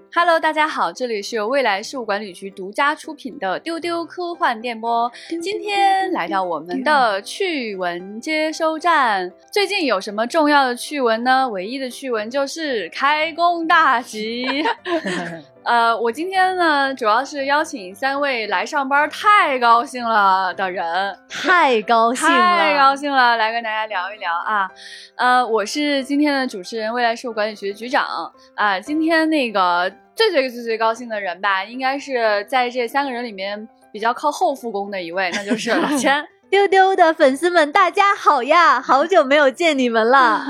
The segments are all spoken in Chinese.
Hello， 大家好，这里是由未来事务管理局独家出品的丢丢科幻电波。今天来到我们的趣闻接收站，最近有什么重要的趣闻呢？唯一的趣闻就是开工大吉。我今天呢，主要是邀请3位来上班太高兴了的人， 太高兴了， 来跟大家聊一聊啊。我是今天的主持人，未来事务管理局的局长啊。今天那个最高兴的人吧，应该是在这3个人里面比较靠后复工的一位，那就是老千。 丢丢的粉丝们大家好呀，好久没有见你们了。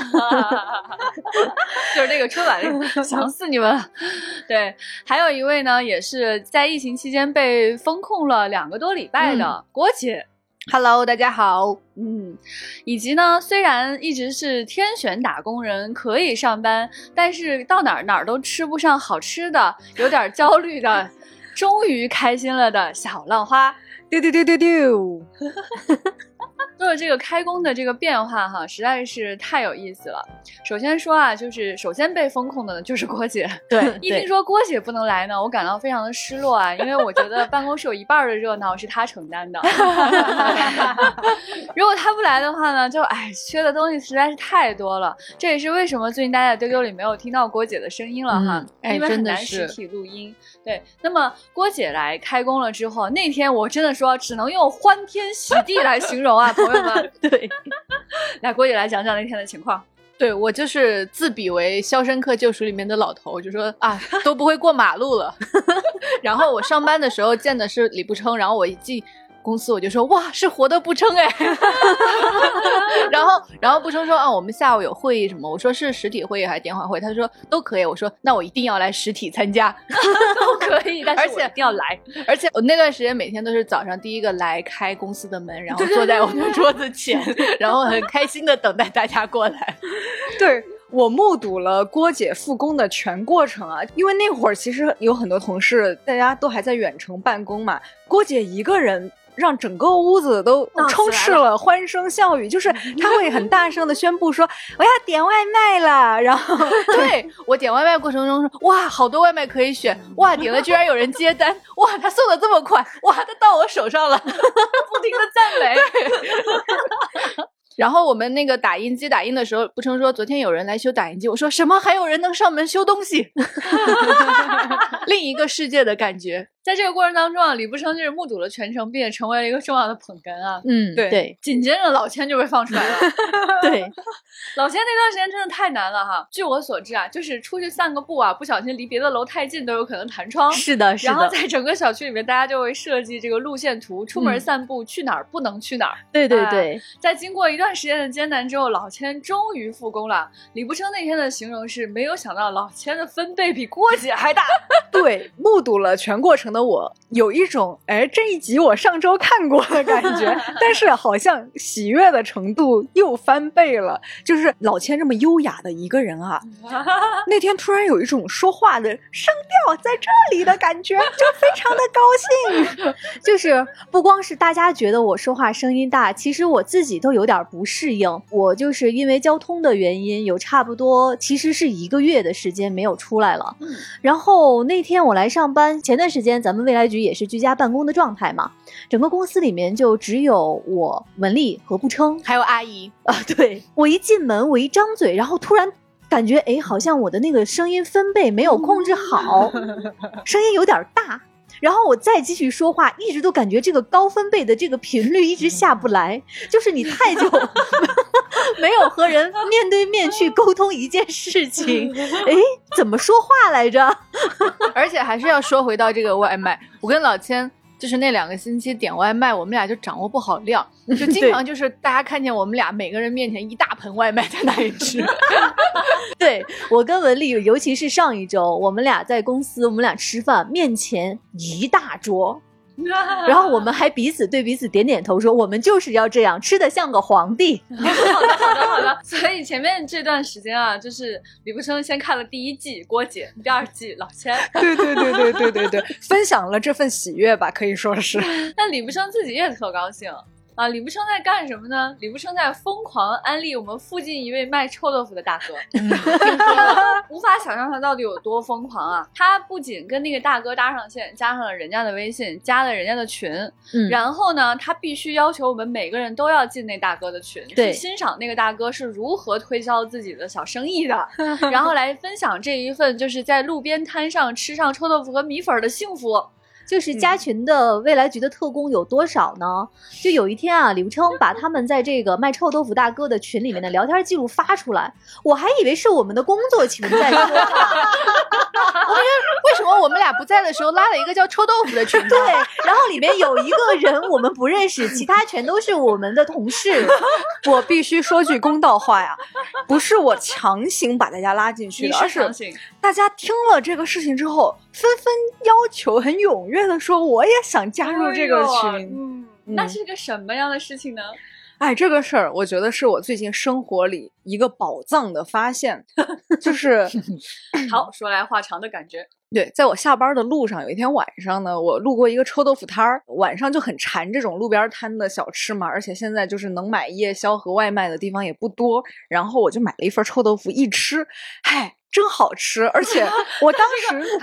就是这个春晚想死你们了。对，还有一位呢，也是在疫情期间被封控了2个多礼拜的郭姐。 Hello， 大家好。 以及呢，虽然一直是天选打工人，可以上班，但是到哪儿都吃不上好吃的，有点焦虑的，终于开心了的小浪花。 丢丢丢丢丢。 就是这个开工的这个变化哈，实在是太有意思了。首先说啊，就是首先被封控的呢就是郭姐。 对， 一听说郭姐不能来呢，我感到非常的失落啊，因为我觉得办公室有一半的热闹是她承担的。如果她不来的话呢，就缺的东西实在是太多了。这也是为什么最近大家在丢丢里没有听到郭姐的声音了哈，因为很难实体录音。对，那么郭姐来开工了之后，那天我真的说只能用欢天喜地来形容啊，朋友们。 对， 来郭姐来讲讲那天的情况。 对，我就是自比为《肖申克救赎》里面的老头，就说都不会过马路了。然后我上班的时候见的是李步称，然后我一进公司我就说哇，是活的步称哎。然后步称说我们下午有会议什么，我说是实体会议还是电话会，他说都可以，我说那我一定要来实体参加。 都可以，但是我一定要来。 而且我那段时间每天都是早上第一个来开公司的门，然后坐在我的桌子前，然后很开心的等待大家过来。 对，我目睹了郭姐复工的全过程啊，因为那会儿其实有很多同事大家都还在远程办公嘛，郭姐一个人让整个屋子都充斥了欢声笑语，就是她会很大声的宣布说我要点外卖了，然后对，我点外卖过程中说哇，好多外卖可以选，哇，点了居然有人接单，哇，他送的这么快，哇，他到我手上了。 不停的赞美。 然后我们那个打印机打印的时候，步称说昨天有人来修打印机，我说什么还有人能上门修东西。另一个世界的感觉。 在这个过程当中啊，李步称就是目睹了全程，并且成为了一个重要的捧哏啊。 对， 紧接着老千就被放出来了。 对， 老千那段时间真的太难了哈。据我所知啊，就是出去散个步啊，不小心离别的楼太近都有可能弹窗。 是的。 然后在整个小区里面，大家就会设计这个路线图，出门散步去哪儿不能去哪儿。 对。 在经过一段时间的艰难之后，老千终于复工了。李步称那天的形容是没有想到老千的分贝比郭姐还大。 对，目睹了全过程的我有一种这一集我上周看过的感觉。但是好像喜悦的程度又翻倍了，就是老千这么优雅的一个人啊，那天突然有一种说话的声调在这里的感觉，就非常的高兴。 就是不光是大家觉得我说话声音大，其实我自己都有点不适应。我就是因为交通的原因，有差不多其实是1个月的时间没有出来了。然后那天我来上班，前段时间咱们未来局也是居家办公的状态嘛，整个公司里面就只有我文丽和步称还有阿姨对，我一进门我一张嘴，然后突然感觉好像我的那个声音分贝没有控制好，声音有点大，然后我再继续说话，一直都感觉这个高分贝的这个频率一直下不来，就是你太久没有和人面对面去沟通一件事情，怎么说话来着？ 而且还是要说回到这个外卖，我跟老千就是那2个星期点外卖，我们俩就掌握不好量，就经常就是大家看见我们俩每个人面前一大盆外卖在那里吃。 对，我跟文丽，尤其是上一周，我们俩在公司，我们俩吃饭，面前一大桌。然后我们还彼此对彼此点点头说我们就是要这样吃得像个皇帝。 好的。所以前面这段时间啊，就是李步称先看了第1季郭姐，第2季老千。 对，分享了这份喜悦吧，可以说是。 但李步称自己也特高兴。 啊，李不称在干什么呢？李不称在疯狂安利我们附近一位卖臭豆腐的大哥，听说了，无法想象他到底有多疯狂啊！他不仅跟那个大哥搭上线，加上了人家的微信，加了人家的群，然后呢，他必须要求我们每个人都要进那大哥的群，去欣赏那个大哥是如何推销自己的小生意的，然后来分享这一份就是在路边摊上吃上臭豆腐和米粉的幸福。 就是加群的未来局的特工有多少呢？就有一天啊，李不称把他们在这个卖臭豆腐大哥的群里面的聊天记录发出来，我还以为是我们的工作群在说话。 为什么我们俩不在的时候拉了一个叫臭豆腐的群？ 对，然后里面有一个人我们不认识，其他全都是我们的同事。 我必须说句公道话呀，不是我强行把大家拉进去的，而是大家听了这个事情之后，纷纷要求，很踊跃的说我也想加入这个群。 那是个什么样的事情呢？ 哎，这个事儿我觉得是我最近生活里一个宝藏的发现，就是好说来话长的感觉。 对，在我下班的路上，有一天晚上呢，我路过一个臭豆腐摊儿，晚上就很馋这种路边摊的小吃嘛，而且现在就是能买夜宵和外卖的地方也不多，然后我就买了一份臭豆腐，一吃，嗨，真好吃，而且我当时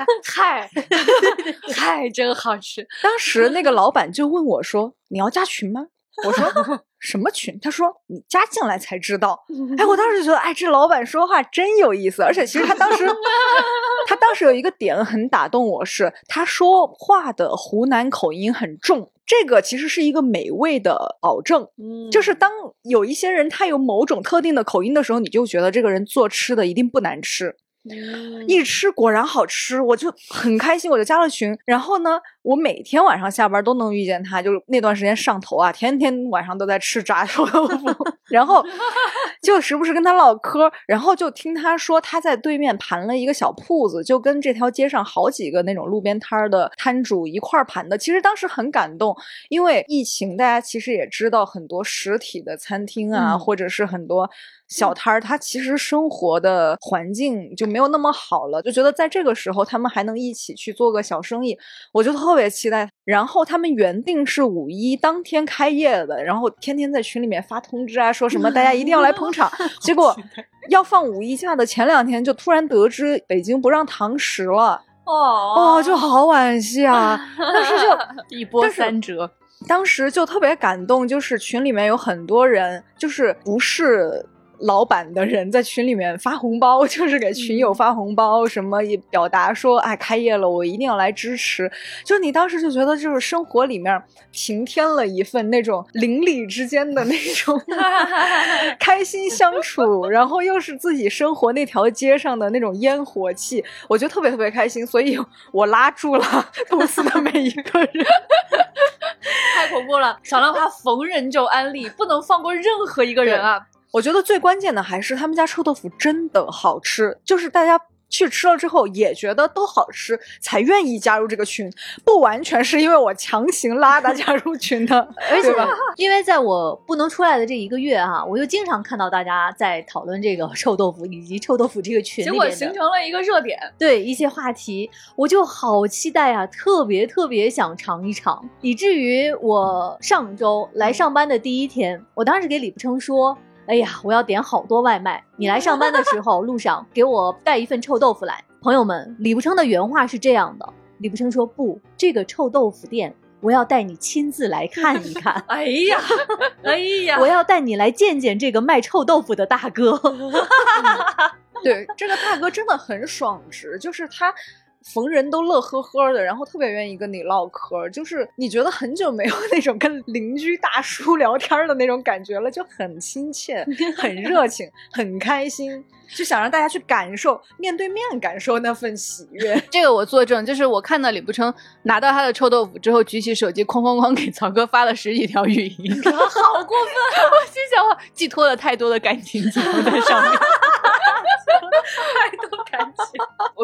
嗨，真好吃。 当时那个老板就问我说：“你要加群吗？”我说什么群？他说你加进来才知道。哎，我当时就觉得，哎，这老板说话真有意思。而且其实他当时有一个点很打动我是，他说话的湖南口音很重。这个其实是一个美味的保证，就是当有一些人他有某种特定的口音的时候，你就觉得这个人做吃的一定不难吃。一吃果然好吃，我就很开心，我就加了群。然后呢，我每天晚上下班都能遇见他，就是那段时间上头啊，天天晚上都在吃炸臭豆腐，然后就时不时跟他唠嗑，然后就听他说他在对面盘了一个小铺子，就跟这条街上好几个那种路边摊的摊主一块儿盘的。其实当时很感动，因为疫情，大家其实也知道很多实体的餐厅啊，或者是很多小摊儿，他其实生活的环境就没有那么好了，就觉得在这个时候他们还能一起去做个小生意，我就特别期待。然后他们原定是5·1当天开业的，然后天天在群里面发通知啊，说什么大家一定要来捧场。结果要放5·1假的前2天，就突然得知北京不让堂食了。哦，就好惋惜啊！但是就一波三折。 当时就特别感动，就是群里面有很多人，就是不是老板的人在群里面发红包，就是给群友发红包，什么也表达说，哎，开业了，我一定要来支持。就你当时就觉得，就是生活里面平添了一份那种邻里之间的那种开心相处，然后又是自己生活那条街上的那种烟火气，我觉得特别特别开心，所以我拉住了公司的每一个人。 太恐怖了！小浪花逢人就安利，不能放过任何一个人啊！ 我觉得最关键的还是他们家臭豆腐真的好吃，就是大家去吃了之后也觉得都好吃，才愿意加入这个群，不完全是因为我强行拉大家入群的。 而且因为在我不能出来的这1个月哈，我就经常看到大家在讨论这个臭豆腐以及臭豆腐这个群里面的， 结果形成了一个热点， 对一些话题，我就好期待啊，特别特别想尝一尝，以至于我上周来上班的第1天，我当时给李不称说，哎呀，我要点好多外卖，你来上班的时候路上给我带一份臭豆腐来。朋友们，李不称的原话是这样的，李不称说，不，这个臭豆腐店我要带你亲自来看一看。 哎呀，哎呀， 我要带你来见见这个卖臭豆腐的大哥。 对，这个大哥真的很爽直，就是他逢人都乐呵呵的，然后特别愿意跟你唠嗑，就是你觉得很久没有那种跟邻居大叔聊天的那种感觉了，就很亲切，很热情，很开心，就想让大家去感受，面对面感受那份喜悦。 这个我作证，就是我看到李不称拿到他的臭豆腐之后，举起手机哐哐哐给曹哥发了10几条语音， 好过分啊！ 我心想，我寄托了太多的感情在上面。 太多感情。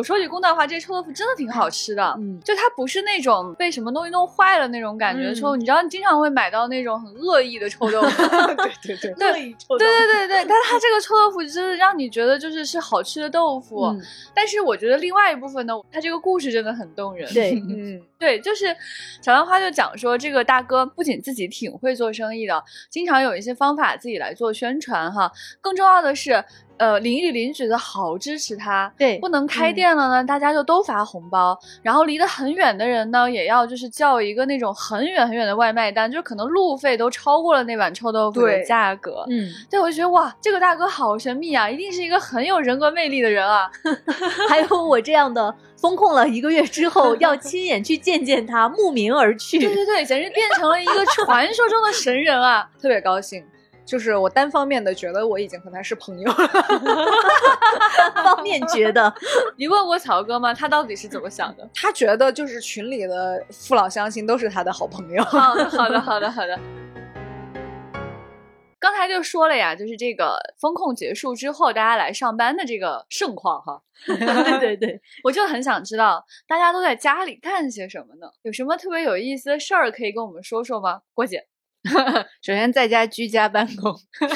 我说句公道话，这臭豆腐真的挺好吃的，就它不是那种被什么东西弄坏了那种感觉的臭豆腐，你知道，你经常会买到那种很恶意的臭豆腐， 恶意臭豆腐， 对，但是它这个臭豆腐就是让你觉得就是好吃的豆腐，但是我觉得另外一部分呢，它这个故事真的很动人， 对， 对，就是小兰花就讲说，这个大哥不仅自己挺会做生意的，经常有一些方法自己来做宣传哈，更重要的是邻里邻居的好支持他， 对， 不能开店了呢，大家就都发红包，然后离得很远的人呢，也要就是叫一个那种很远很远的外卖单，就可能路费都超过了那碗臭豆腐的价格。对，我就觉得哇，这个大哥好神秘啊，一定是一个很有人格魅力的人啊。 还有我这样的封控了1个月之后，要亲眼去见见他，慕名而去。 对，简直变成了一个传说中的神人啊， 特别高兴。就是我单方面的觉得我已经和他是朋友了， 方面觉得。 你问过曹哥吗？他到底是怎么想的？ 他觉得就是群里的父老乡亲都是他的好朋友。 好的。刚才就说了呀，就是这个封控结束之后，大家来上班的这个盛况哈。 对， 我就很想知道大家都在家里干些什么呢？有什么特别有意思的事儿可以跟我们说说吗？郭姐。 首先在家居家办公。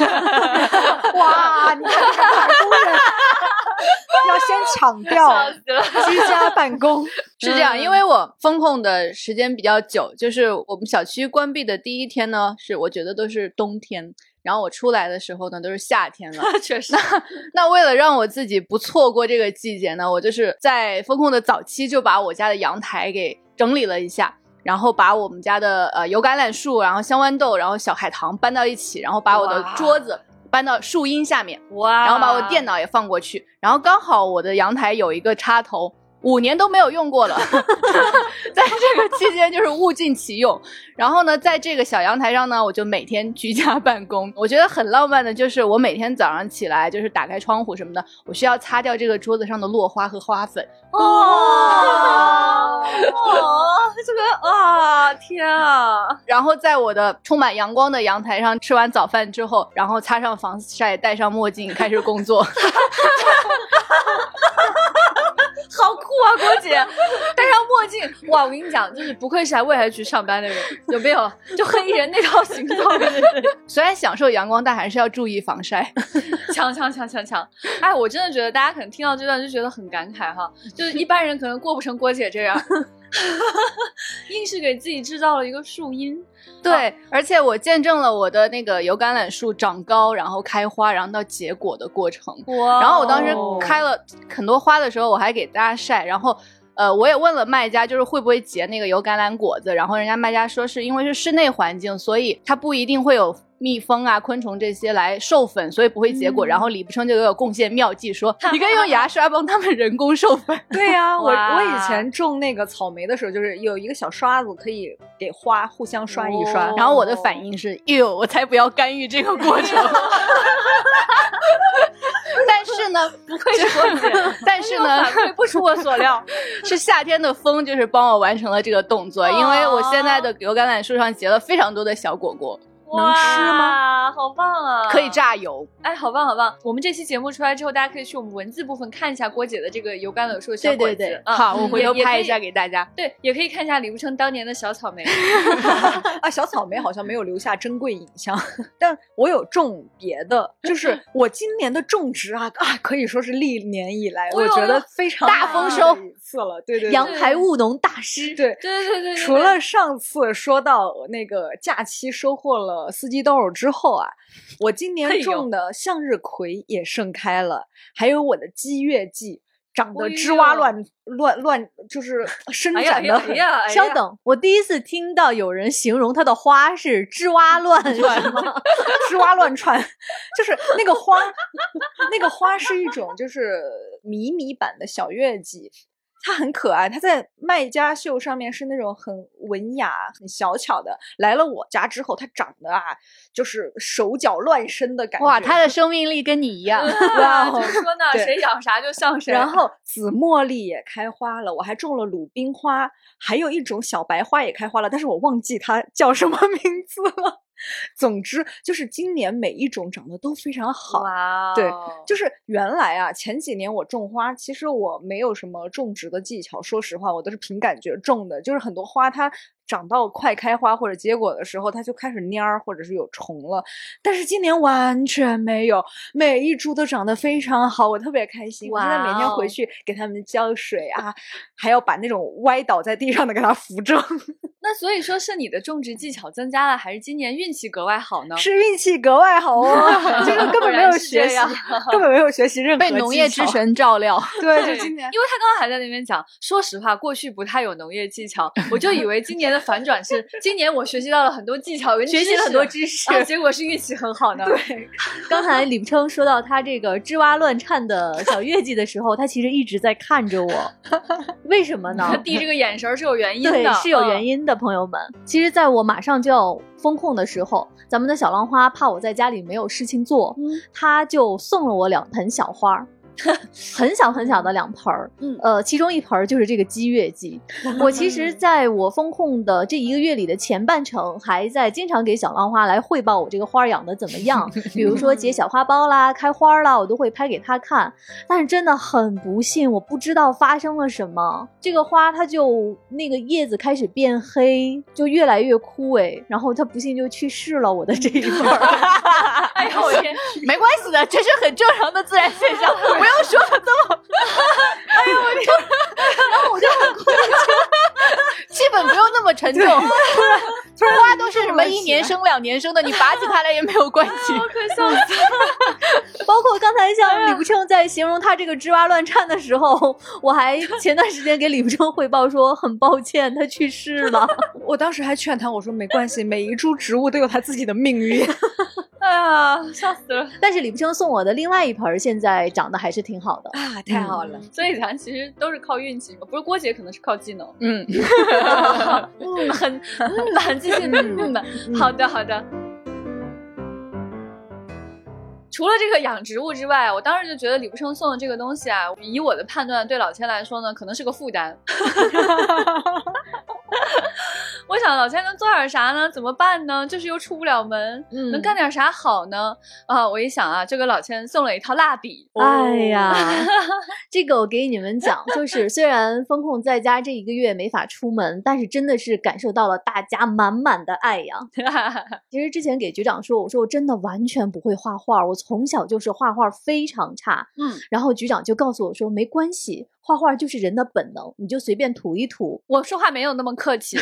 哇，你看这个打工人要先强调居家办公。 是这样，因为我封控的时间比较久，就是我们小区关闭的第1天呢，是我觉得都是冬天，然后我出来的时候呢都是夏天了。 确实。 那为了让我自己不错过这个季节呢，我就是在封控的早期就把我家的阳台给整理了一下，然后把我们家的油橄榄树，然后香豌豆，然后小海棠搬到一起，然后把我的桌子搬到树荫下面，然后把我电脑也放过去，然后刚好我的阳台有一个插头，5年都没有用过了。在这个期间就是物尽其用。然后呢，在这个小阳台上呢，我就每天居家办公。我觉得很浪漫的就是我每天早上起来就是打开窗户什么的，我需要擦掉这个桌子上的落花和花粉。 这个啊，天啊！ 然后在我的充满阳光的阳台上吃完早饭之后，然后擦上防晒，戴上墨镜，开始工作。 好酷啊，郭姐，戴上墨镜，哇！我跟你讲，就是不愧是来未来局上班的人，有没有？就黑衣人那套行动，对。 虽然享受阳光，但还是要注意防晒。 强！哎，我真的觉得大家可能听到这段就觉得很感慨哈，就是一般人可能过不成郭姐这样，硬是给自己制造了一个树荫。 对，而且我见证了我的那个油橄榄树长高，然后开花，然后到结果的过程。 哇！ 然后我当时开了很多花的时候，我还给大家晒，然后我也问了卖家，就是会不会结那个油橄榄果子，然后人家卖家说是因为是室内环境，所以它不一定会有蜜蜂啊、昆虫这些来授粉，所以不会结果。然后李不生就给我贡献妙计，说你可以用牙刷帮他们人工授粉。 对呀，我以前种那个草莓的时候，就是有一个小刷子可以给花互相刷一刷。 然后我的反应是，哟，我才不要干预这个过程。但是呢， 不愧是郭姐， 但是呢， 反馈不出我所料， 是夏天的风就是帮我完成了这个动作，因为我现在的油橄榄树上结了非常多的小果果。 能吃吗？ 好棒啊！ 可以榨油。 哎，好棒！我们这期节目出来之后，大家可以去我们文字部分看一下郭姐的这个油橄榄树的小果子。 对， 好，我回头拍一下给大家。 对，也可以看一下李不生当年的小草莓。 啊，小草莓好像没有留下珍贵影像，但我有种别的，就是我今年的种植可以说是历年以来我觉得非常大丰收一次了。对， 阳台务农大师。 对，除了上次说到那个假期收获了四季豆之后啊，我今年种的向日葵也盛开了，还有我的鸡月季长得枝蛙乱，就是伸展的。 稍等，我第一次听到有人形容它的花是枝蛙乱窜枝蛙乱窜，就是那个花是一种就是迷你版的小月季。它很可爱，它在卖家秀上面是那种很文雅、很小巧的。来了我家之后，它长得就是手脚乱伸的感觉。 哇，它的生命力跟你一样。 哇，怎么说呢？谁养啥就像谁。 然后紫茉莉也开花了，我还种了鲁冰花，还有一种小白花也开花了，但是我忘记它叫什么名字了。 总之就是今年每一种长得都非常好。 哇， 对，就是原来啊，前几年我种花，其实我没有什么种植的技巧，说实话，我都是凭感觉种的。就是很多花它长到快开花或者结果的时候，它就开始蔫儿或者是有虫了。但是今年完全没有，每一株都长得非常好，我特别开心。我现在每天回去给它们浇水啊，还要把那种歪倒在地上的给它扶正。 那所以说是你的种植技巧增加了，还是今年运气格外好呢？ 是运气格外好哦，就是根本没有学习，根本没有学习任何被农业之神照料。 对，就今年， 因为他刚刚还在那边讲，说实话，过去不太有农业技巧，我就以为今年的反转是今年我学习到了很多技巧跟学习了很多知识， 结果是运气很好呢。 对， 刚才李不称说到他这个吱哇乱颤的小月季的时候，他其实一直在看着我，为什么呢？ 递这个眼神是有原因的， 对，是有原因的，朋友们。其实在我马上就要封控的时候，咱们的小浪花怕我在家里没有事情做，他就送了我2盆小花。很小很小的2盆儿，其中1盆就是这个鸡月季。我其实在我封控的这1个月里的前半程，还在经常给小浪花来汇报我这个花养的怎么样，比如说结小花苞啦、开花啦，我都会拍给他看。但是真的很不幸，我不知道发生了什么，这个花它就那个叶子开始变黑，就越来越枯萎，然后它不幸就去世了。我的这一盆哎呦我天， 没关系的，这是很正常的自然现象，不用说的这么。哎呦我天！然后我就很困惑，气氛不用那么沉重。突然花都是什么1年生2年生的，你拔起它来也没有关系。 我快笑死了。 包括刚才像李不称在形容他这个吱哇乱颤的时候，我还前段时间给李不称汇报说很抱歉他去世了。 我当时还劝他，我说没关系，每一株植物都有它自己的命运。 哎呀，笑死了！ 但是李不称送我的另外1盆现在长得还是挺好的啊，太好了。 所以咱其实都是靠运气，不是郭姐可能是靠技能。很继续。好的好的。除了这个养植物之外，我当时就觉得李不称送的这个东西啊，以我的判断，对老千来说呢，可能是个负担。我想老千能做点啥呢？怎么办呢？就是又出不了门，能干点啥好呢？我一想啊，就给老千送了一套蜡笔。 哎呀，这个我给你们讲，就是虽然封控在家这1个月没法出门，但是真的是感受到了大家满满的爱呀。其实之前给局长说，我说我真的完全不会画画，我从小就是画画非常差。然后局长就告诉我说，没关系。画画就是人的本能，你就随便涂一涂。 我说话没有那么客气。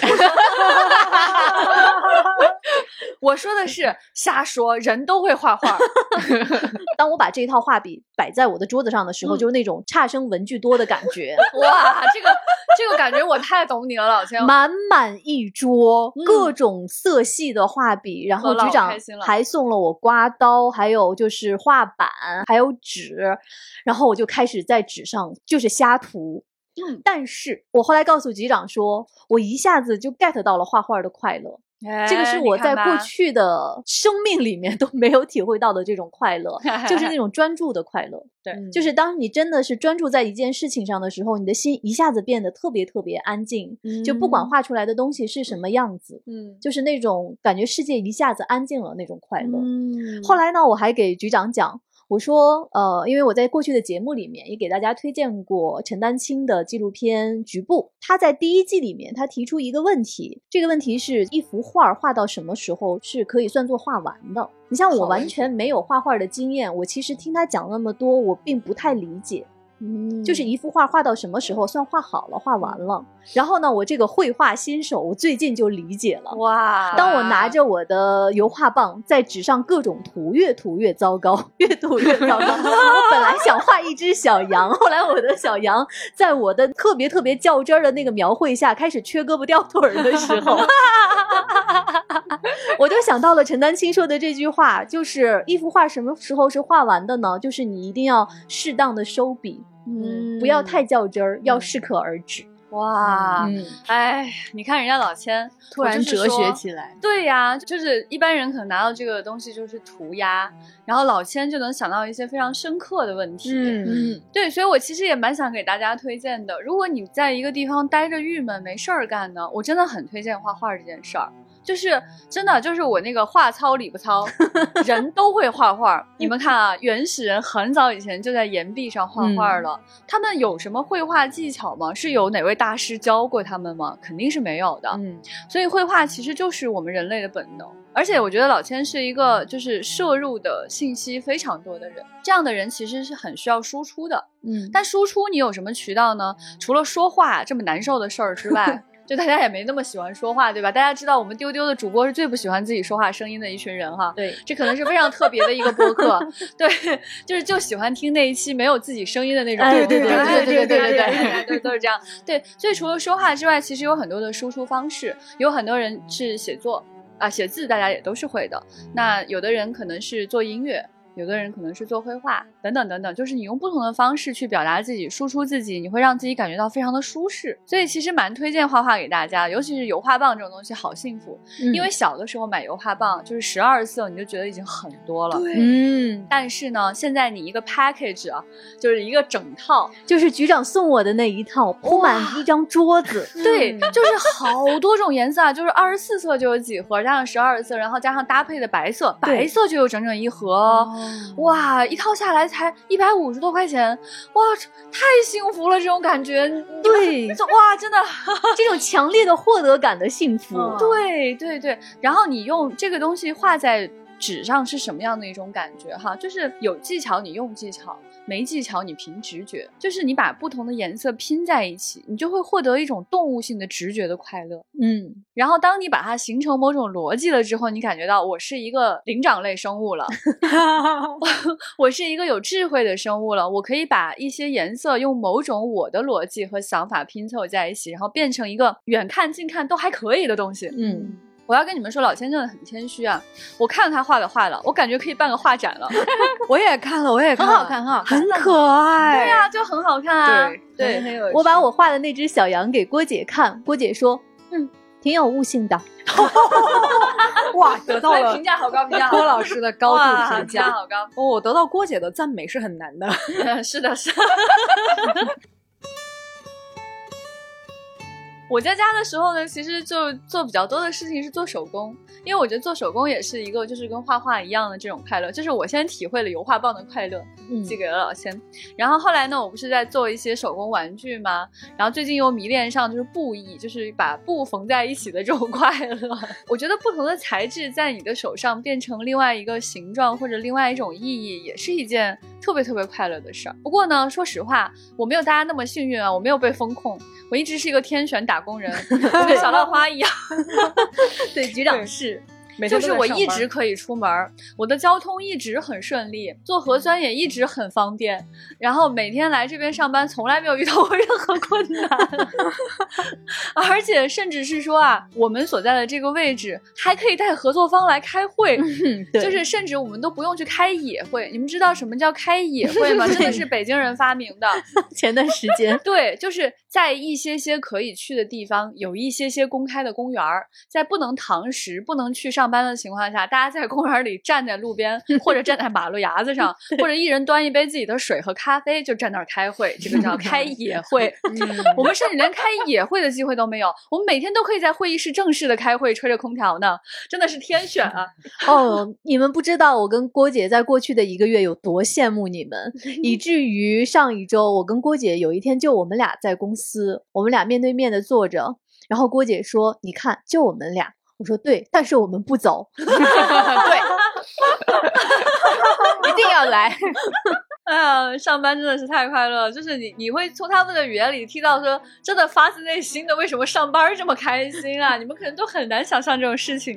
我说的是瞎说，人都会画画。 当我把这一套画笔摆在我的桌子上的时候，就是那种差生文具多的感觉。 哇，这个感觉我太懂你了，老千。 满满一桌，各种色系的画笔，然后局长还送了我刮刀，还有就是画板，还有纸，然后我就开始在纸上就是瞎涂。但是我后来告诉局长说，我一下子就 get 到了画画的快乐。这个是我在过去的生命里面都没有体会到的这种快乐，就是那种专注的快乐。 对， 就是当你真的是专注在一件事情上的时候，你的心一下子变得特别特别安静，就不管画出来的东西是什么样子，就是那种感觉世界一下子安静了那种快乐。后来呢，我还给局长讲，我说因为我在过去的节目里面也给大家推荐过陈丹青的纪录片《局部》，他在第1季里面他提出一个问题，这个问题是一幅画画到什么时候是可以算作画完的。你像我完全没有画画的经验，我其实听他讲那么多我并不太理解。就是一幅画画到什么时候算画好了画完了。然后呢，我这个绘画新手我最近就理解了。 哇！ 当我拿着我的油画棒在纸上各种涂，越涂越糟糕，越涂越糟糕。我本来想画一只小羊，后来我的小羊在我的特别特别较真儿的那个描绘下开始缺胳膊掉腿儿的时候，我就想到了陈丹青说的这句话，就是一幅画什么时候是画完的呢？就是你一定要适当的收笔，不要太较真儿，要适可而止。 哇，哎，你看人家老千突然哲学起来。 对呀，就是一般人可能拿到这个东西就是涂鸦，然后老千就能想到一些非常深刻的问题。对，所以我其实也蛮想给大家推荐的，如果你在一个地方待着郁闷没事儿干呢，我真的很推荐画画这件事儿。 就是真的就是我那个话糙理不糙，人都会画画。你们看啊，原始人很早以前就在岩壁上画画了，他们有什么绘画技巧吗？是有哪位大师教过他们吗？肯定是没有的。所以绘画其实就是我们人类的本能。而且我觉得老千是一个就是摄入的信息非常多的人，这样的人其实是很需要输出的。但输出你有什么渠道呢？除了说话这么难受的事儿之外就大家也没那么喜欢说话，对吧？大家知道我们丢丢的主播是最不喜欢自己说话声音的一群人哈。 对， 这可能是非常特别的一个播客。对，就喜欢听那一期没有自己声音的那种。 对， 都是这样。对，所以除了说话之外，其实有很多的输出方式，有很多人是写作啊，写字大家也都是会的。那有的人可能是做音乐，有的人可能是做绘画等等等等，就是你用不同的方式去表达自己，输出自己，你会让自己感觉到非常的舒适。所以其实蛮推荐画画给大家，尤其是油画棒这种东西好幸福。因为小的时候买油画棒就是12色你就觉得已经很多了。但是呢现在你一个 package 啊，就是一个整套， 就是局长送我的那一套，铺满一张桌子。 对，就是好多种颜色啊，就是24色就有几盒，加上12色，然后加上搭配的白色，白色就有整整一盒。哇，一套下来才150多块钱，哇，太幸福了，这种感觉。 对， 哇，真的这种强烈的获得感的幸福。 对，然后你用这个东西画在纸上是什么样的一种感觉哈？就是有技巧你用技巧，没技巧你凭直觉，就是你把不同的颜色拼在一起，你就会获得一种动物性的直觉的快乐。然后当你把它形成某种逻辑了之后，你感觉到我是一个灵长类生物了我是一个有智慧的生物了，我可以把一些颜色用某种我的逻辑和想法拼凑在一起，然后变成一个远看近看都还可以的东西。我要跟你们说，老千真的很谦虚啊！我看了他画的画了，我感觉可以办个画展了。 我也看了， 很好看， 很可爱。 对啊，就很好看啊。 对，很有趣。 我把我画的那只小羊给郭姐看，郭姐说：“挺有悟性的。” 哇，得到了评价好高， 郭老师的高度评价好高。 我得到郭姐的赞美是很难的。 是的。我在家的时候呢，其实就做比较多的事情是做手工，因为我觉得做手工也是一个就是跟画画一样的这种快乐，就是我先体会了油画棒的快乐，寄给了老千。然后后来呢，我不是在做一些手工玩具吗？然后最近又迷恋上就是布艺，就是把布缝在一起的这种快乐。我觉得不同的材质在你的手上变成另外一个形状或者另外一种意义，也是一件特别特别快乐的事儿。不过呢，说实话，我没有大家那么幸运啊，我没有被风控，我一直是一个天选打工人，我跟小浪花一样。对，局长是。就是我一直可以出门，我的交通一直很顺利，做核酸也一直很方便，然后每天来这边上班从来没有遇到过任何困难而且甚至是说啊，我们所在的这个位置还可以带合作方来开会就是甚至我们都不用去开野会。你们知道什么叫开野会吗？真的是北京人发明的前段时间对，就是在一些可以去的地方有一些公开的公园，在不能堂食不能去上班的情况下，大家在公园里站在路边或者站在马路牙子上或者一人端一杯自己的水和咖啡就站那儿开会，这个叫开野会我们甚至连开野会的机会都没有，我们每天都可以在会议室正式的开会，吹着空调呢，真的是天选啊你们不知道我跟郭姐在过去的1个月有多羡慕你们以至于上一周我跟郭姐有一天就我们俩在公司，我们俩面对面的坐着，然后郭姐说你看就我们俩，我说对，但是我们不走对一定要来哎呀，上班真的是太快乐了，就是你会从他们的语言里听到说真的发自内心的为什么上班这么开心啊，你们可能都很难想象这种事情。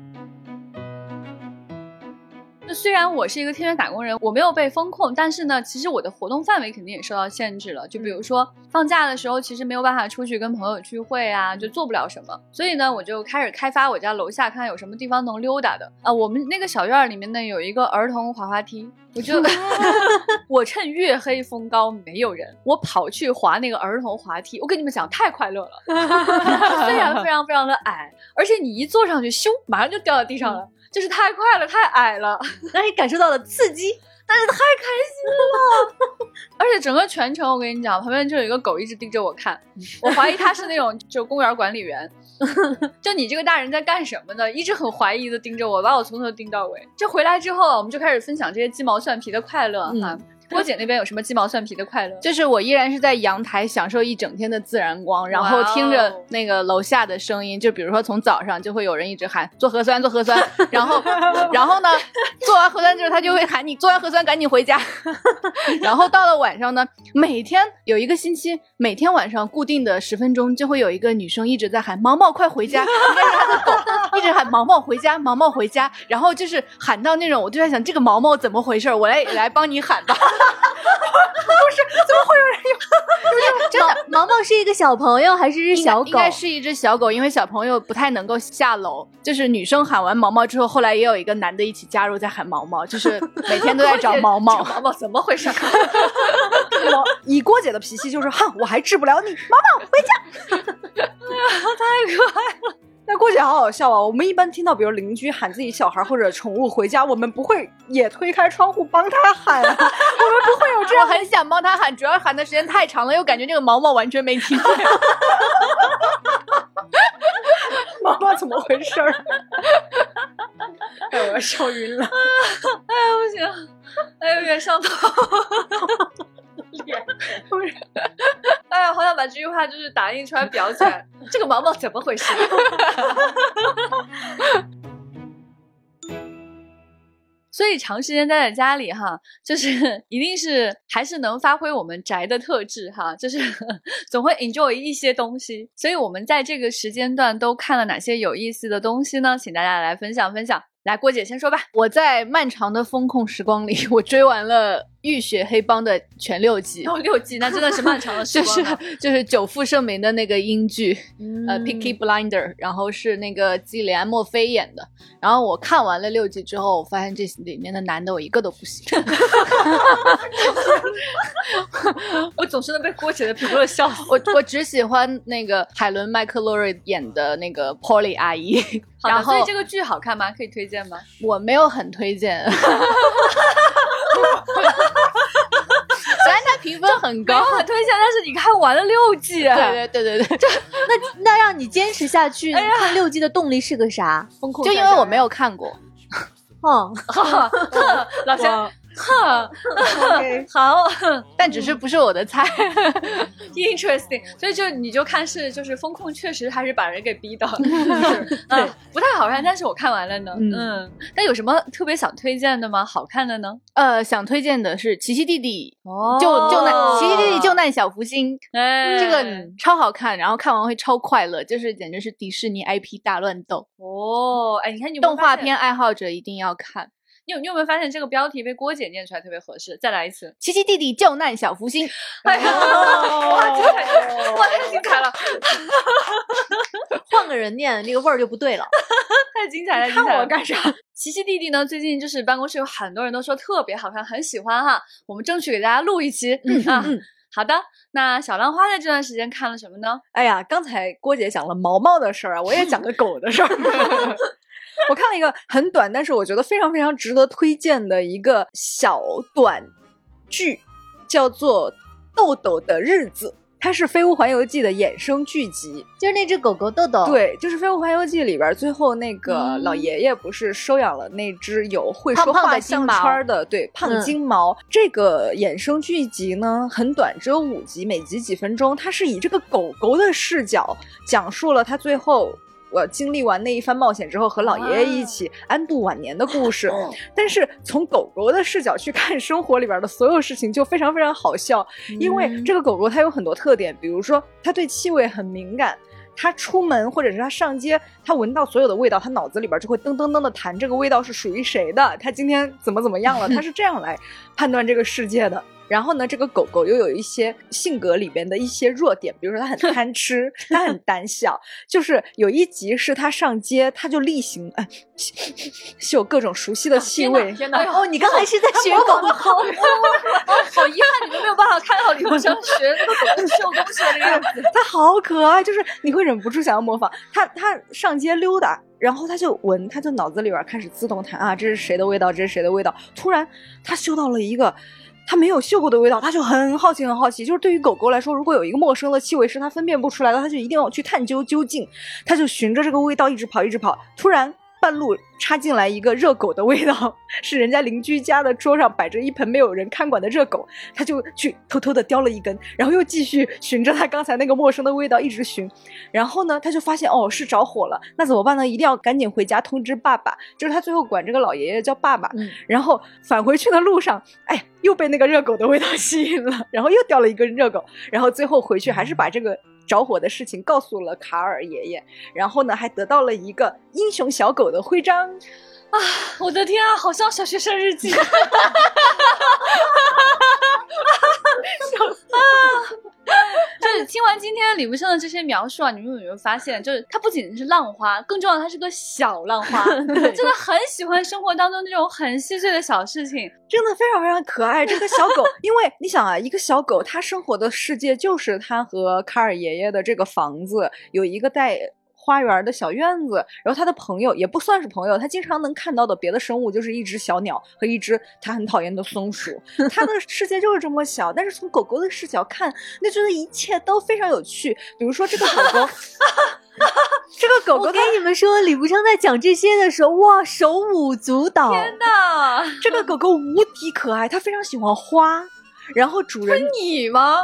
虽然我是一个天选打工人，我没有被风控，但是呢，其实我的活动范围肯定也受到限制了。就比如说放假的时候，其实没有办法出去跟朋友聚会啊，就做不了什么。所以呢，我就开始开发我家楼下，看有什么地方能溜达的。我们那个小院里面呢有一个儿童滑滑梯，我就我趁月黑风高没有人，我跑去滑那个儿童滑梯。我跟你们讲，太快乐了。虽然非常非常的矮，而且你一坐上去，咻，马上就掉到地上了。就是太快了，太矮了， 让你感受到了刺激， 但是太开心了而且整个全程我跟你讲，旁边就有一个狗一直盯着我看，我怀疑它是那种就公园管理员，就你这个大人在干什么呢？一直很怀疑的盯着我，把我从头盯到尾。这回来之后，我们就开始分享这些鸡毛蒜皮的快乐哈。郭姐那边有什么鸡毛蒜皮的快乐？ 就是我依然是在阳台享受一整天的自然光，然后听着那个楼下的声音，就比如说从早上就会有人一直喊做核酸做核酸，然后呢做完核酸之后他就会喊你做完核酸赶紧回家，然后到了晚上呢，每天有一个星期，每天晚上固定的10分钟就会有一个女生一直在喊毛毛快回家，应该是她的狗一直喊毛毛回家毛毛回家，然后就是喊到那种我就在想这个毛毛怎么回事，我来帮你喊吧。 不是，怎么会有人有？ 真的，毛毛是一个小朋友还是一只小狗？ 应该是一只小狗，因为小朋友不太能够下楼。就是女生喊完毛毛之后，后来也有一个男的一起加入在喊毛毛，就是每天都在找毛毛。 毛毛怎么回事？ 以郭姐的脾气就是哼，我还治不了你，毛毛回家。 太可爱了。 那郭姐好好笑啊！我们一般听到比如邻居喊自己小孩或者宠物回家，我们不会也推开窗户帮他喊啊，我们不会有这样。 我很想帮他喊，主要喊的时间太长了，又感觉这个毛毛完全没听见。 毛毛怎么回事儿？哎，我要笑晕了。 哎呀，不行，哎，有点上头。脸不是，哎呀，好想把这句话就是打印出来裱起来。这个毛毛怎么回事？所以长时间待在家里哈，就是一定是还是能发挥我们宅的特质哈，就是总会 enjoy 一些东西。所以我们在这个时间段都看了哪些有意思的东西呢？请大家来分享分享。来，郭姐先说吧。 我在漫长的风控时光里，我追完了《浴血黑帮》的全6季。 6季，那真的是漫长的时光。 就是久负盛名的那个英剧，Peaky Blinder， 然后是那个基里安·墨菲演的。然后我看完了6季之后，我发现这里面的男的我一个都不喜欢。 我总是能被郭姐的评论笑死。 我只喜欢那个海伦·麦克洛瑞演的那个 Polly 阿姨。 好的，所以这个剧好看吗？可以推荐吗？ 我没有很推荐。虽然它评分很高， 很推荐，但是你看完了6季。 对。 那让你坚持下去，看6季的动力是个啥？ 风控就因为我没有看过。 哦， 老乡。 Okay. 好， 但只是不是我的菜。 Interesting， 所以你就看就是风控确实还是把人给逼到，不太好看，但是我看完了呢。那有什么特别想推荐的吗？好看的呢？ 想推荐的是奇奇弟弟， 奇奇弟弟救难小福星，这个超好看，然后看完会超快乐，就是简直是迪士尼 IP 大乱斗哦！哎，你看动画片爱好者一定要看。 你有没有发现这个标题被郭姐念出来特别合适？再来一次， 奇奇弟弟救难小福星。 哎呀，哇，精彩！哇，太精彩了！ 换个人念，这个味儿就不对了。 太精彩了！ 你看我干啥？ 奇奇弟弟呢？最近就是办公室有很多人都说特别好看，很喜欢哈。我们争取给大家录一期。好的。那小浪花在这段时间看了什么呢？ 哎呀，刚才郭姐讲了毛毛的事儿啊，我也讲个狗的事儿。我看了一个很短，但是我觉得非常非常值得推荐的一个小短剧，叫做《豆豆的日子》。它是《飞屋环游记》的衍生剧集， 就是那只狗狗豆豆。 对，就是《飞屋环游记》里边最后那个老爷爷不是收养了那只有会说话项圈的对胖金毛。这个衍生剧集呢很短，只有5集，每集几分钟。它是以这个狗狗的视角讲述了他最后我经历完那一番冒险之后和老爷爷一起安度晚年的故事。但是从狗狗的视角去看生活里边的所有事情就非常非常好笑。因为这个狗狗它有很多特点，比如说它对气味很敏感，它出门或者是它上街，它闻到所有的味道，它脑子里边就会噔噔噔的弹这个味道是属于谁的，它今天怎么样了，它是这样来判断这个世界的。然后呢，这个狗狗又有一些性格里边的一些弱点，比如说它很贪吃，它很胆小。就是有一集是它上街，它就例行嗅各种熟悉的气味。 天哪！ 哦，你刚才是在学狗狗？ 好遗憾，你们没有办法看到李鸿章学那个狗狗嗅东西的那个样子。 它好可爱，就是你会忍不住想要模仿它上街溜达。然后他就闻，他就脑子里边开始自动弹啊，这是谁的味道，这是谁的味道。突然他嗅到了一个它没有嗅过的味道，它就很好奇很好奇。就是对于狗狗来说，如果有一个陌生的气味是它分辨不出来的，它就一定要去探究究竟，它就循着这个味道一直跑一直跑，突然半路插进来一个热狗的味道，是人家邻居家的桌上摆着一盆没有人看管的热狗，他就去偷偷的叼了一根，然后又继续循着他刚才那个陌生的味道一直寻，然后呢他就发现是着火了，那怎么办呢？一定要赶紧回家通知爸爸，就是他最后管这个老爷爷叫爸爸，然后返回去的路上，又被那个热狗的味道吸引了，然后又叼了一根热狗，然后最后回去还是把这个着火的事情告诉了卡尔爷爷，然后呢还得到了一个英雄小狗的徽章啊！我的天啊，好像小学生日记。就是听完今天李不生的这些描述啊，你们有没有发现，就是它不仅是浪花，更重要的它是个小浪花，真的很喜欢生活当中那种很细碎的小事情， 真的非常非常可爱。这个小狗，因为你想啊，一个小狗它生活的世界就是它和卡尔爷爷的这个房子有一个带花园的小院子，然后他的朋友也不算是朋友，他经常能看到的别的生物就是一只小鸟和一只他很讨厌的松鼠，他的世界就是这么小。但是从狗狗的视角看，那觉得一切都非常有趣。比如说这个狗狗这个狗狗， 我跟你们说，李不生在讲这些的时候，哇，手舞足蹈。 天哪， 这个狗狗无敌可爱，它非常喜欢花。然后主人你吗？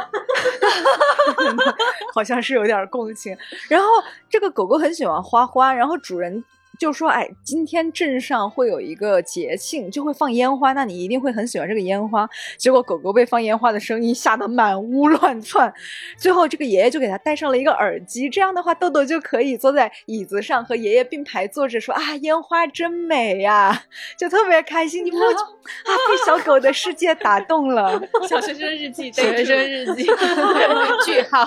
好像是有点共情。然后这个狗狗很喜欢花，然后主人就说今天镇上会有一个节庆，就会放烟花，那你一定会很喜欢这个烟花。结果狗狗被放烟花的声音吓得满屋乱窜，最后这个爷爷就给他戴上了一个耳机，这样的话豆豆就可以坐在椅子上和爷爷并排坐着说烟花真美呀，就特别开心。你不被小狗的世界打动了。 小学生日记，小学生日记句号。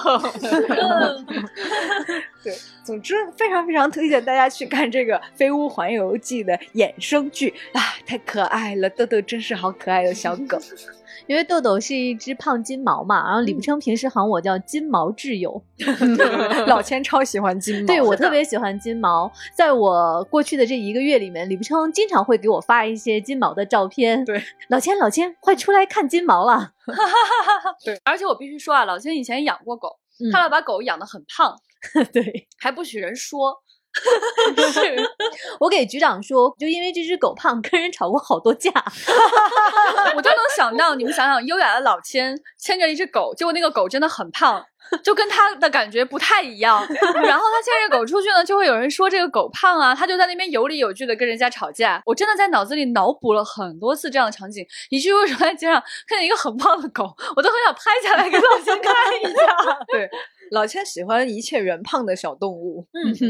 对，总之非常非常推荐大家去看这个《飞屋环游记》的衍生剧太可爱了，豆豆真是好可爱的小狗。 因为豆豆是一只胖金毛嘛，然后李不生平时喊我叫金毛挚友。 老千超喜欢金毛， 对，我特别喜欢金毛。在我过去的这1个月里面，李不生经常会给我发一些金毛的照片。 对， 老千快出来看金毛了。 对，而且我必须说老千以前养过狗，他要把狗养得很胖。 对， 还不许人说。 是我给局长说，就因为这只狗胖跟人吵过好多架。 我就能想到，你们想想，优雅的老千牵着一只狗，结果那个狗真的很胖，就跟他的感觉不太一样。然后他牵着狗出去呢，就会有人说这个狗胖啊，他就在那边有理有据的跟人家吵架。我真的在脑子里脑补了很多次这样的场景，以至于我在街上看见一个很胖的狗，我都很想拍下来给老千看一下。 对，老千喜欢一切圆胖的小动物。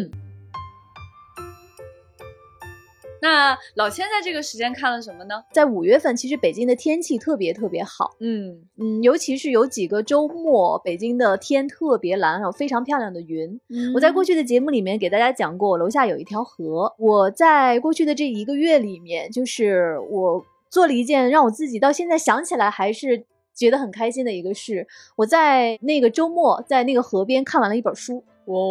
那老千在这个时间看了什么呢？ 在5月份，其实北京的天气特别好。尤其是有几个周末，北京的天特别蓝，有非常漂亮的云。我在过去的节目里面给大家讲过，我楼下有一条河。我在过去的这1个月里面，就是我做了一件让我自己到现在想起来还是觉得很开心的一个事。我在那个周末在那个河边看完了一本书。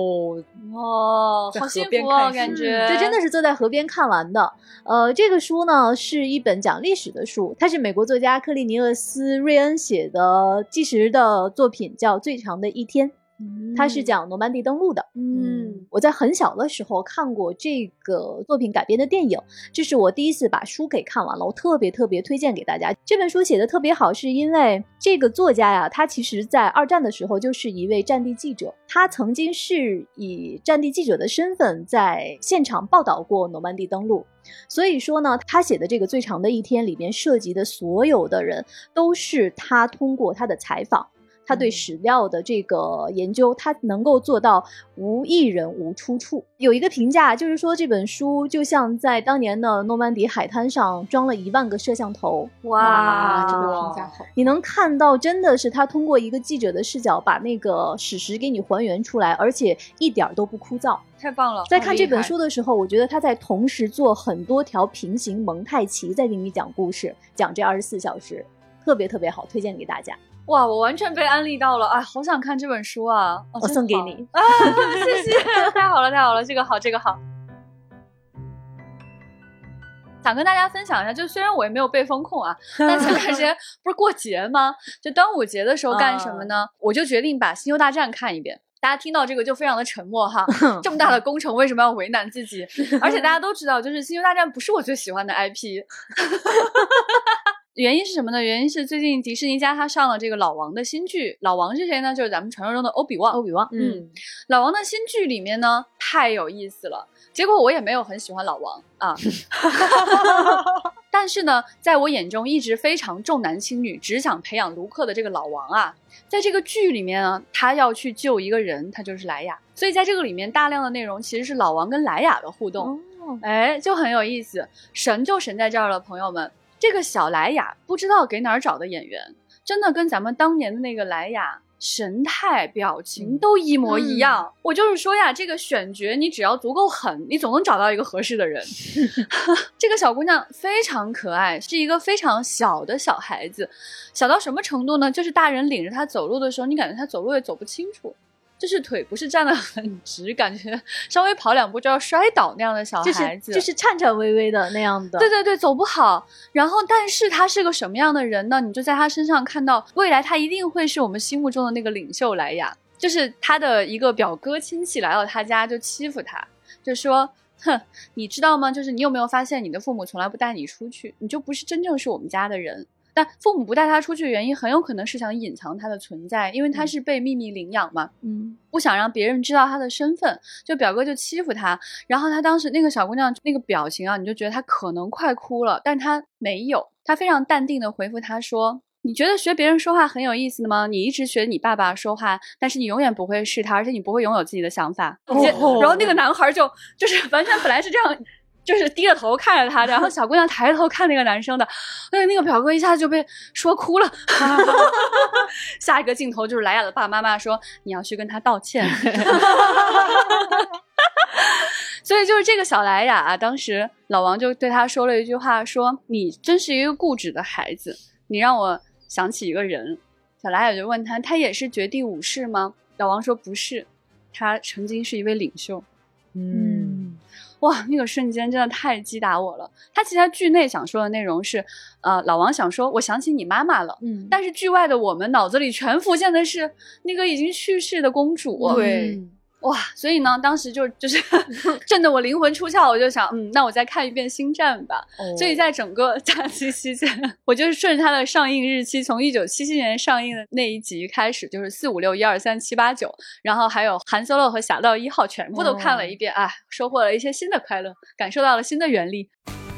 好幸福哦，感觉这真的是坐在河边看完的。这个书呢是一本讲历史的书，它是美国作家克利尼厄斯·瑞恩写的纪实的作品，叫《最长的一天》。它是讲诺曼底登陆的。我在很小的时候看过这个作品改编的电影，这是我第一次把书给看完了，我特别推荐给大家。这本书写的特别好，是因为这个作家呀，他其实在2战的时候就是一位战地记者，他曾经是以战地记者的身份在现场报道过诺曼底登陆。所以说呢，他写的这个最长的一天里面涉及的所有的人，都是他通过他的采访，他对史料的这个研究，他能够做到无一人无出处。有一个评价就是说，这本书就像在当年的诺曼底海滩上装了1万个摄像头。 哇， 这个评价好。 你能看到真的是他通过一个记者的视角把那个史实给你还原出来，而且一点都不枯燥。 太棒了。 在看这本书的时候，我觉得他在同时做很多条平行蒙太奇，在给你讲故事，讲这24小时，特别好，推荐给大家。 哇，我完全被安利到了，好想看这本书啊！ 我送给你谢谢，太好了，这个好。 想跟大家分享一下，就虽然我也没有被风控啊，但前段时间不是过节吗？就端午节的时候干什么呢？我就决定把《星球大战》看一遍。大家听到这个就非常的沉默哈，这么大的工程为什么要为难自己？而且大家都知道，就是《星球大战》不是我最喜欢的 IP。原因是什么呢？原因是最近迪士尼家他上了这个老王的新剧。老王是谁呢？就是咱们传说中的欧比旺。 欧比旺， 老王的新剧里面呢，太有意思了。结果我也没有很喜欢老王啊，但是呢，在我眼中一直非常重男轻女，只想培养卢克的这个老王啊，在这个剧里面呢，他要去救一个人，他就是莱雅。所以在这个里面，大量的内容其实是老王跟莱雅的互动，就很有意思。神就神在这儿了，朋友们。这个小莱雅不知道给哪儿找的演员，真的跟咱们当年的那个莱雅神态表情都一模一样。我就是说呀，这个选角你只要足够狠，你总能找到一个合适的人。这个小姑娘非常可爱，是一个非常小的小孩子，小到什么程度呢？就是大人领着她走路的时候，你感觉她走路也走不清楚，就是腿不是站得很直，感觉稍微跑2步就要摔倒那样的小孩子， 就是颤颤巍巍的那样的。 对对对，走不好。然后，但是他是个什么样的人呢？你就在他身上看到，未来他一定会是我们心目中的那个领袖莱雅。就是他的一个表哥亲戚来到他家就欺负他，就说：“哼，你知道吗？就是你有没有发现你的父母从来不带你出去，你就不是真正是我们家的人。”但父母不带他出去的原因很有可能是想隐藏他的存在，因为他是被秘密领养嘛，不想让别人知道他的身份，就表哥就欺负他。然后他当时那个小姑娘那个表情啊，你就觉得她可能快哭了，但她没有，她非常淡定的回复他说：“你觉得学别人说话很有意思的吗？你一直学你爸爸说话，但是你永远不会是他，而且你不会拥有自己的想法。”然后那个男孩就是完全本来是这样。就是低着头看着他，然后小姑娘抬头看那个男生的，那个表哥一下就被说哭了。下一个镜头就是莱雅的爸爸妈妈说：“你要去跟他道歉。”所以就是这个小莱雅啊，当时老王就对他说了一句话，说：“你真是一个固执的孩子，你让我想起一个人。”小莱雅就问他：“他也是绝地武士吗？”老王说：“不是，他曾经是一位领袖。”哇，那个瞬间真的太击打我了。他其实他剧内想说的内容是，老王想说我想起你妈妈了，但是剧外的我们脑子里全浮现的是那个已经去世的公主。 对。 哇，所以呢，当时就是震得我灵魂出窍，我就想，那我再看一遍《星战》吧。所以在整个假期期间，我就是顺着它的上映日期，从1977年上映的那一集开始，就是4、5、6、1、2、3、7、8、9，然后还有韩 Solo 和侠盗1号全部都看了一遍，收获了一些新的快乐，感受到了新的原力。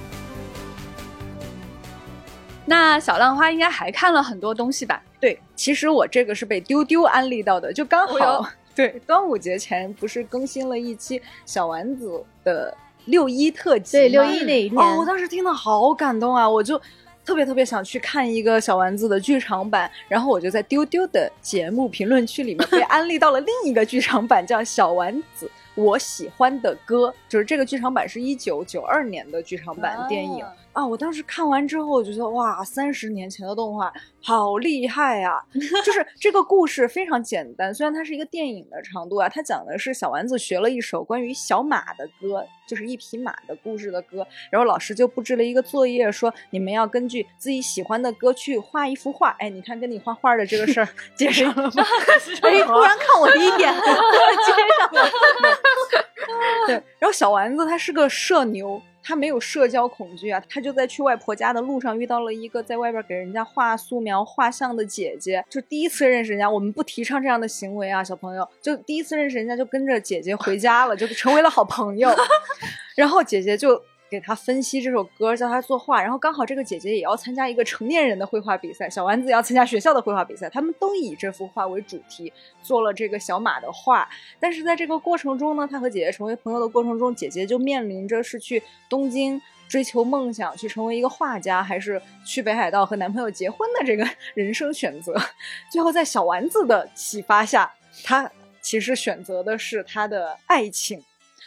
那小浪花应该还看了很多东西吧？ 对，其实我这个是被丢丢安利到的，就刚好。对，端午节前不是更新了一期小丸子的6·1特辑吗？ 对，6·1那一天， 我当时听得好感动啊，我就特别想去看一个小丸子的剧场版，然后我就在丢丢的节目评论区里面被安利到了另一个剧场版，叫小丸子我喜欢的歌，就是这个剧场版是1992年的剧场版电影啊。我当时看完之后我就觉得哇，30年前的动画好厉害啊。就是这个故事非常简单，虽然它是一个电影的长度啊，它讲的是小丸子学了一首关于小马的歌，就是一匹马的故事的歌，然后老师就布置了一个作业，说你们要根据自己喜欢的歌去画一幅画。哎，你看跟你画画的这个事儿接上了吗？ 哎，突然看我一眼，接上了。 对，然后小丸子他是个社牛，他没有社交恐惧啊，他就在去外婆家的路上遇到了一个在外边给人家画素描画像的姐姐，就第一次认识人家，我们不提倡这样的行为啊，小朋友，就第一次认识人家就跟着姐姐回家了，就成为了好朋友。然后姐姐就给他分析这首歌，教他作画，然后刚好这个姐姐也要参加一个成年人的绘画比赛，小丸子也要参加学校的绘画比赛，他们都以这幅画为主题做了这个小马的画。但是在这个过程中呢，他和姐姐成为朋友的过程中，姐姐就面临着是去东京追求梦想，去成为一个画家，还是去北海道和男朋友结婚的这个人生选择。最后在小丸子的启发下，他其实选择的是他的爱情。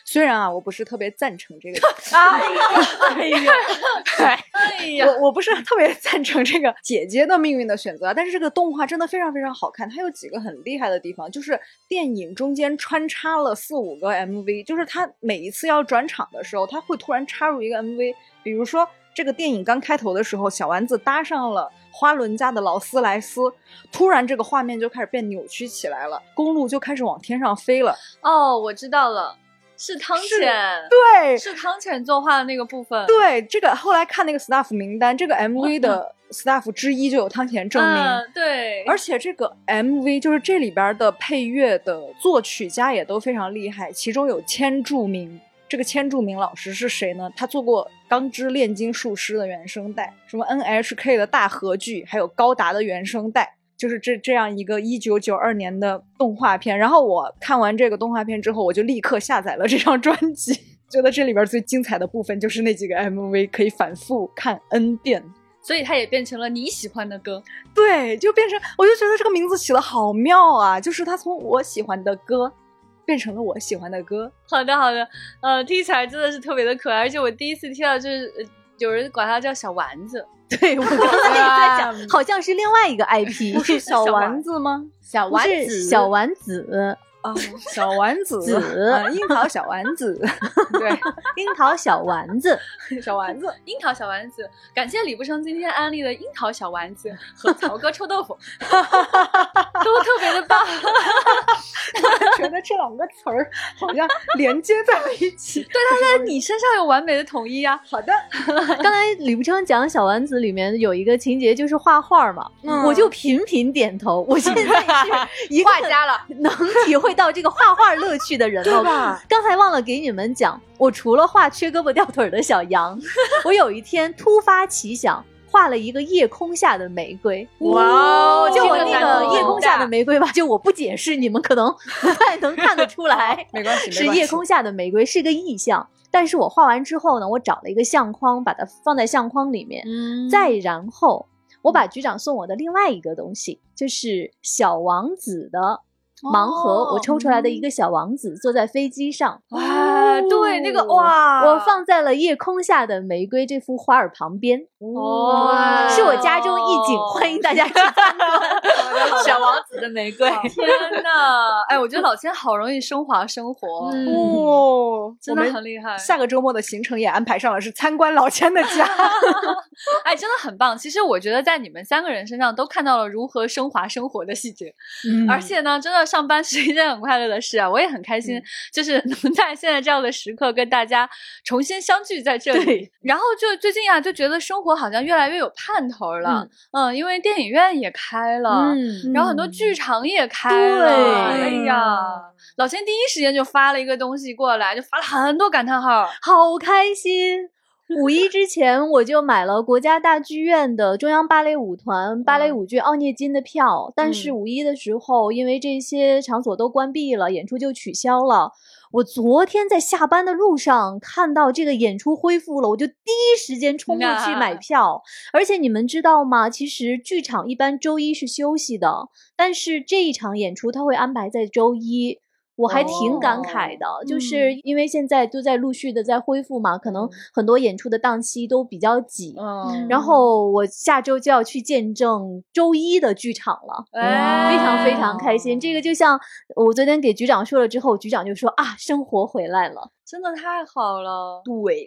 虽然啊，我不是特别赞成这个， 哎呀， 我不是特别赞成这个姐姐的命运的选择，但是这个动画真的非常非常好看，它有几个很厉害的地方，就是电影中间穿插了4-5个 MV， 就是它每一次要转场的时候，它会突然插入一个 MV， 比如说这个电影刚开头的时候，小丸子搭上了花轮家的劳斯莱斯，突然这个画面就开始变扭曲起来了，公路就开始往天上飞了。 哦，我知道了，是汤浅， 对， 是汤浅作画的那个部分。 对，这个后来看那个 staff 名单，这个 MV 的 staff 之一就有汤浅证明。 对， 而且这个 MV 就是这里边的配乐的作曲家也都非常厉害，其中有千柱明。这个千柱明老师是谁呢？他做过《钢之炼金术师》的原声带，什么 NHK 的大河剧，还有高达的原声带，就是这样一个1992年的动画片。然后我看完这个动画片之后，我就立刻下载了这张专辑，觉得这里边最精彩的部分就是那几个 MV， 可以反复看 N 遍。 所以它也变成了你喜欢的歌。 对，就变成，我就觉得这个名字起得好妙啊，就是它从我喜欢的歌变成了我喜欢的歌。 好的好的，听起来真的是特别的可爱，而且我第一次听到就是有人管它叫小丸子。 对，我刚才也在讲，好像是另外一个 IP， 不是小丸子吗？ 小丸不是子， 小丸子。 小丸子，樱桃小丸子，对， 樱桃小丸子， 小丸子， 樱桃小丸子，感谢李不生今天安利的樱桃小丸子和曹哥臭豆腐，都特别的棒。 我觉得这两个词儿好像连接在了一起。 对，它在你身上有完美的统一啊。 好的， 刚才李不生讲小丸子里面有一个情节就是画画嘛，我就频频点头。我现在是一个画家了， 能体会到这个画画乐趣的人了吧？刚才忘了给你们讲，我除了画缺胳膊掉腿的小羊，我有一天突发奇想，画了一个夜空下的玫瑰。 哇哦， 就我那个夜空下的玫瑰吧，就我不解释，你们可能不太能看得出来。 没关系， 是夜空下的玫瑰，是个意象。但是我画完之后呢，我找了一个相框，把它放在相框里面，再然后我把局长送我的另外一个东西，就是小王子的盲盒，我抽出来的一个小王子坐在飞机上， 哇，对，那个哇， 我放在了夜空下的玫瑰这幅画儿旁边， 哇， 是我家中一景，欢迎大家去参观。 小王子的玫瑰，天哪！哎，我觉得老千好容易升华生活，真的很厉害。 下个周末的行程也安排上了，是参观老千的家。 哎，真的很棒。其实我觉得在你们3个人身上都看到了如何升华生活的细节，而且呢，真的上班是一件很快乐的事啊，我也很开心，就是能在现在这样的时刻跟大家重新相聚在这里。然后就最近啊，就觉得生活好像越来越有盼头了。因为电影院也开了，然后很多剧场也开了。哎呀，老千第一时间就发了一个东西过来，就发了很多感叹号， 好开心。五一之前我就买了国家大剧院的中央芭蕾舞团芭蕾舞剧《奥涅金》的票，但是五一的时候因为这些场所都关闭了，演出就取消了。我昨天在下班的路上看到这个演出恢复了，我就第一时间冲过去买票。而且你们知道吗？其实剧场一般周一是休息的，但是这一场演出它会安排在周一。我还挺感慨的，就是因为现在都在陆续的在恢复嘛，可能很多演出的档期都比较挤，然后我下周就要去见证周一的剧场了，非常非常开心。这个就像我昨天给局长说了之后，局长就说啊，生活回来了， 真的太好了。 对，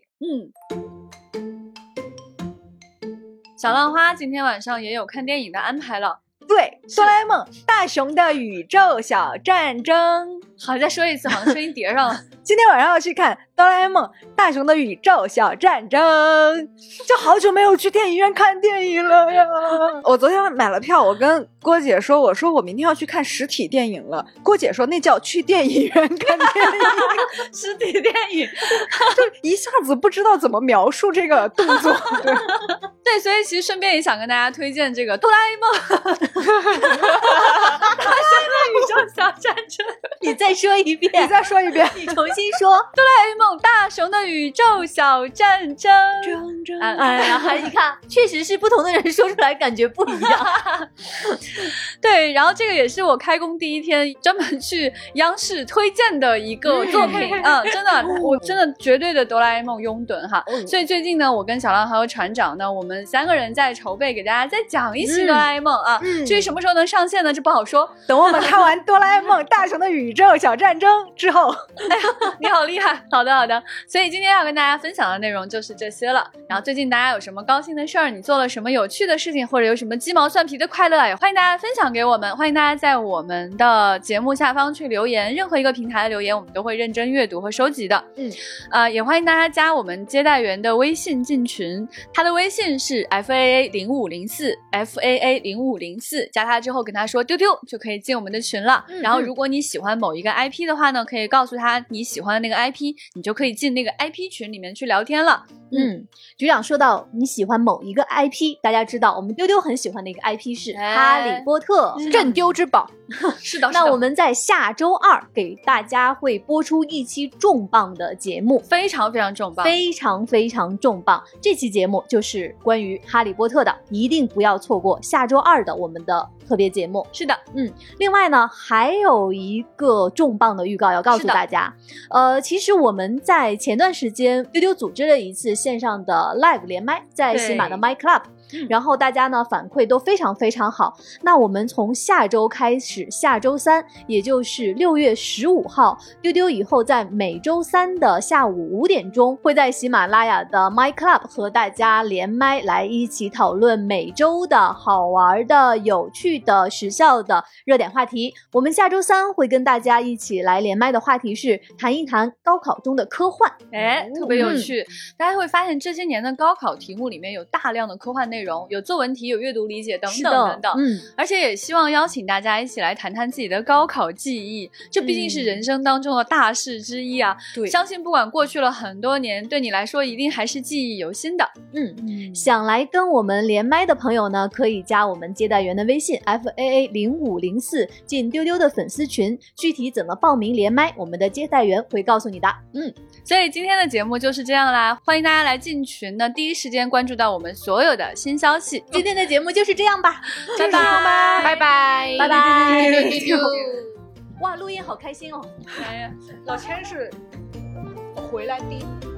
小浪花今天晚上也有看电影的安排了。 对，哆啦 A 梦大雄的宇宙小战争。 好，再说一次，好像声音叠上了。 今天晚上要去看哆啦 A 梦大雄的宇宙小战争，就好久没有去电影院看电影了呀。我昨天买了票，我跟郭姐说，我说我明天要去看实体电影了。郭姐说那叫去电影院看电影。 实体电影就一下子不知道怎么描述这个动作。 对，所以其实顺便也想跟大家推荐这个哆啦 A 梦大雄的宇宙小战争。 你再说一遍， 你再说一遍。 你重新说。 哆啦 A 梦大雄的宇宙小战争。 哎呀，你看，确实是不同的人说出来感觉不一样。 对，然后这个也是我开工第一天专门去央视推荐的一个作品。真的，我真的绝对的哆啦 A 梦拥趸哈。所以最近呢，我跟小浪还有船长呢，我们3个人在筹备给大家再讲一期哆啦 A 梦啊。至于什么时候能上线呢，这不好说。 等我们看完哆啦 A 梦大雄的宇宙小战争之后， 哎呀，你好厉害！好的好的，所以今天要跟大家分享的内容就是这些了。然后最近大家有什么高兴的事儿，你做了什么有趣的事情，或者有什么鸡毛蒜皮的快乐啊，也欢迎大家分享给我们。欢迎大家在我们的节目下方去留言，任何一个平台的留言我们都会认真阅读和收集的。也欢迎大家加我们接待员的微信进群，他的微信是 FAA0504 FAA0504，加他之后跟他说丢丢就可以进我们的群了。然后如果你喜欢某一个 IP 的话呢，可以告诉他你喜欢的那个 IP， 你就可以进那个 IP 群里面去聊天了。 局长说到你喜欢某一个 IP， 大家知道我们丢丢很喜欢的一个 IP 是哈利波特， 镇丢之宝。 是的， 那我们在下周2给大家会播出一期重磅的节目， 非常非常重磅， 非常非常重磅。这期节目就是关于哈利波特的，一定不要错过下周2的我们的特别节目。 是的， 另外呢，还有一个重磅的预告要告诉大家。其实我们在前段时间丢丢组织了一次线上的 live 连麦，在喜马的 My Club。然后大家呢反馈都非常非常好。那我们从下周开始，下周3，也就是6月15号，丢丢以后在每周3的下午5点钟，会在喜马拉雅的 My Club 和大家连麦，来一起讨论每周的好玩的、有趣的、时效的热点话题。我们下周3会跟大家一起来连麦的话题是谈一谈高考中的科幻， 特别有趣。大家会发现这些年的高考题目里面有大量的科幻内容，有作文题，有阅读理解等等等等。而且也希望邀请大家一起来谈谈自己的高考记忆，这毕竟是人生当中的大事之一啊。对，相信不管过去了很多年，对你来说一定还是记忆犹新的。 想来跟我们连麦的朋友呢，可以加我们接待员的微信 FAA0504，进丢丢的粉丝群。具体怎么报名连麦，我们的接待员会告诉你的。 所以今天的节目就是这样啦，欢迎大家来进群呢，第一时间关注到我们所有的新消息。 今天的节目就是这样吧， 拜拜拜拜拜拜。哇，录音好开心哦！ 老千是回来第一